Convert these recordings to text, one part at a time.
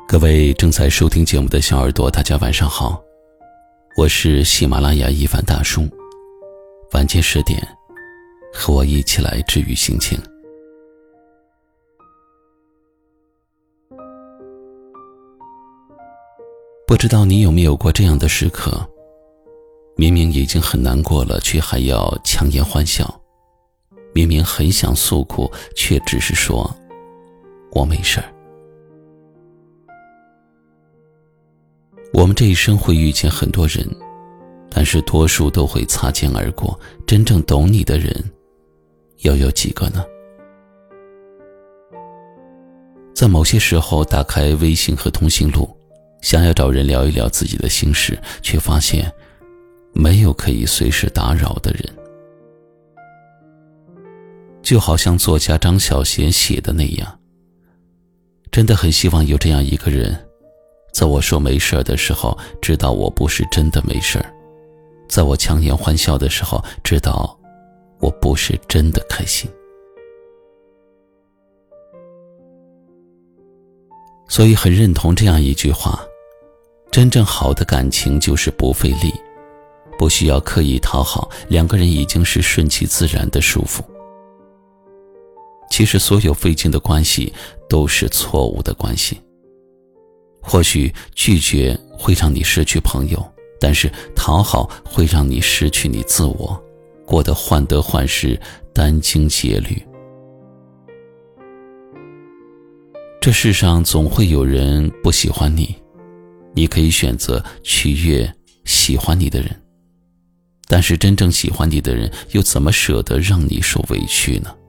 各位正在收听节目的小耳朵，大家晚上好，我是喜马拉雅一凡大叔。晚间10点，和我一起来治愈心情。不知道你有没有过这样的时刻，明明已经很难过了，却还要强颜欢笑；明明很想诉苦，却只是说我没事儿。我们这一生会遇见很多人，但是多数都会擦肩而过，真正懂你的人又有几个呢？在某些时候打开微信和通讯录，想要找人聊一聊自己的心事，却发现没有可以随时打扰的人。就好像作家张小娴写的那样，真的很希望有这样一个人，在我说没事的时候，知道我不是真的没事；在我强颜欢笑的时候，知道我不是真的开心。所以很认同这样一句话，真正好的感情就是不费力，不需要刻意讨好，两个人已经是顺其自然的舒服。其实所有费劲的关系都是错误的关系。或许拒绝会让你失去朋友，但是讨好会让你失去你自我，过得患得患失，殚精竭虑。这世上总会有人不喜欢你，你可以选择取悦喜欢你的人，但是真正喜欢你的人又怎么舍得让你受委屈呢？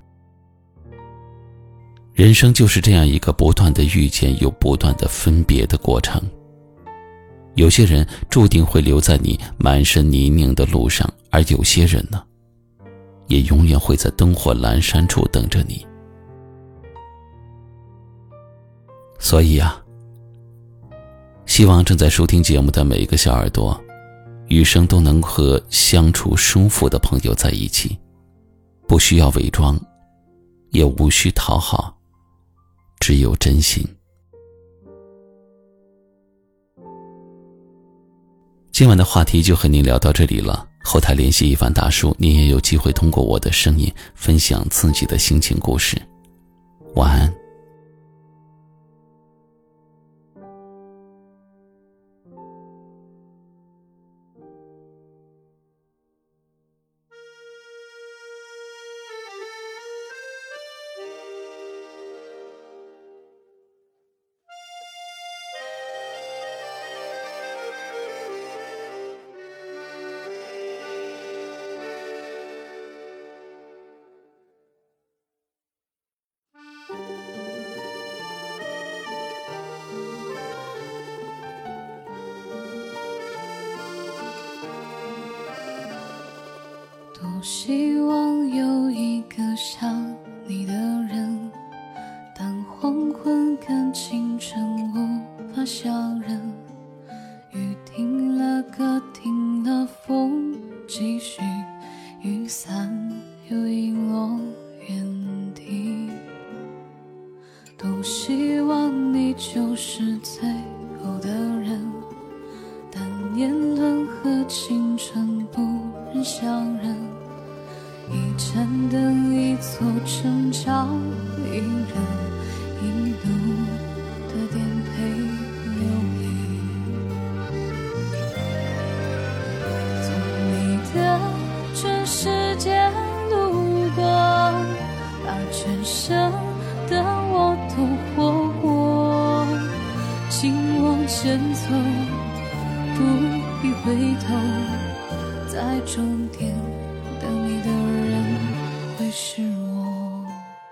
人生就是这样一个不断的遇见又不断的分别的过程。有些人注定会留在你满身泥泞的路上，而有些人呢，也永远会在灯火阑珊处等着你。所以啊，希望正在收听节目的每一个小耳朵，余生都能和相处舒服的朋友在一起，不需要伪装，也无需讨好，只有真心。今晚的话题就和您聊到这里了，后台联系一凡大叔，您也有机会通过我的声音分享自己的心情故事。晚安。 多希望有一个像你的人，但黄昏跟清晨无法相认。雨停了，歌停了，风继续，雨伞又遗落原地。多希望你就是最后的人，但年轮和青春不忍相认。一盏灯，一座城堡，一人一路的颠沛流离。从你的全世界路过，把全生的我都活过。请往前走，不必回头，在终点等你的人会是我。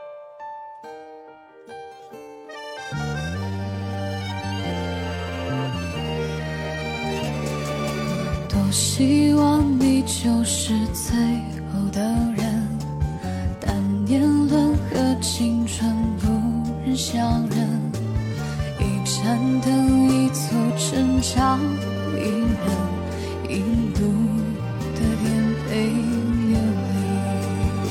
多希望你就是最后的人，但年轮和青春不忍相认。一盏灯，一座城堡，一人一路的颠沛流离。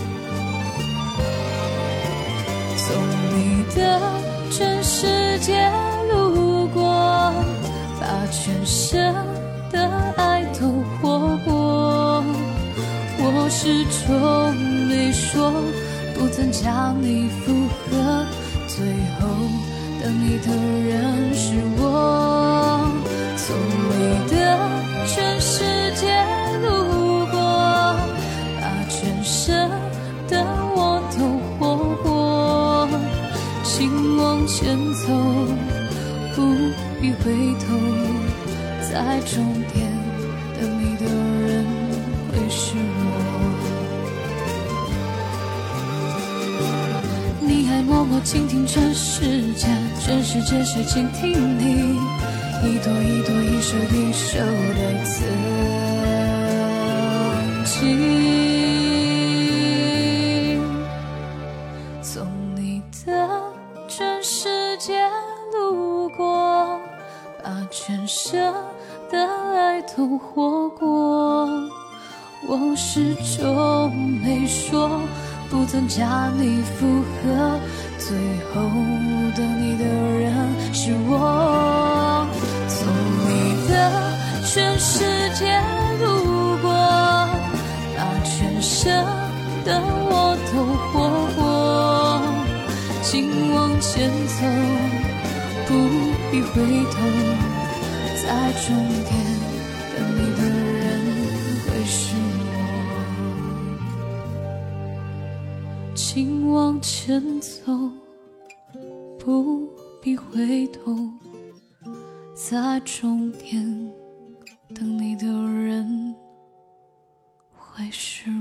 从你的全世界路全身的爱都活过。我始终没说，不曾将你附和，最后等你的人是我。从你的全世界路过，把全身的我都活过。请往前走，不必回头，在终点等你的人会是我。你还默默倾听全世界，全世界谁倾听你？一朵一朵，一首一首的自己。从你的全世界路过，把全身的爱都活过。我始终没说，不曾将你附和，最后等你的人是我。从你的全世界路过，把全身的我都活过。请往前走，不必回头，在终点等你的人会是我。请往前走，不必回头，在终点等你的人会是我。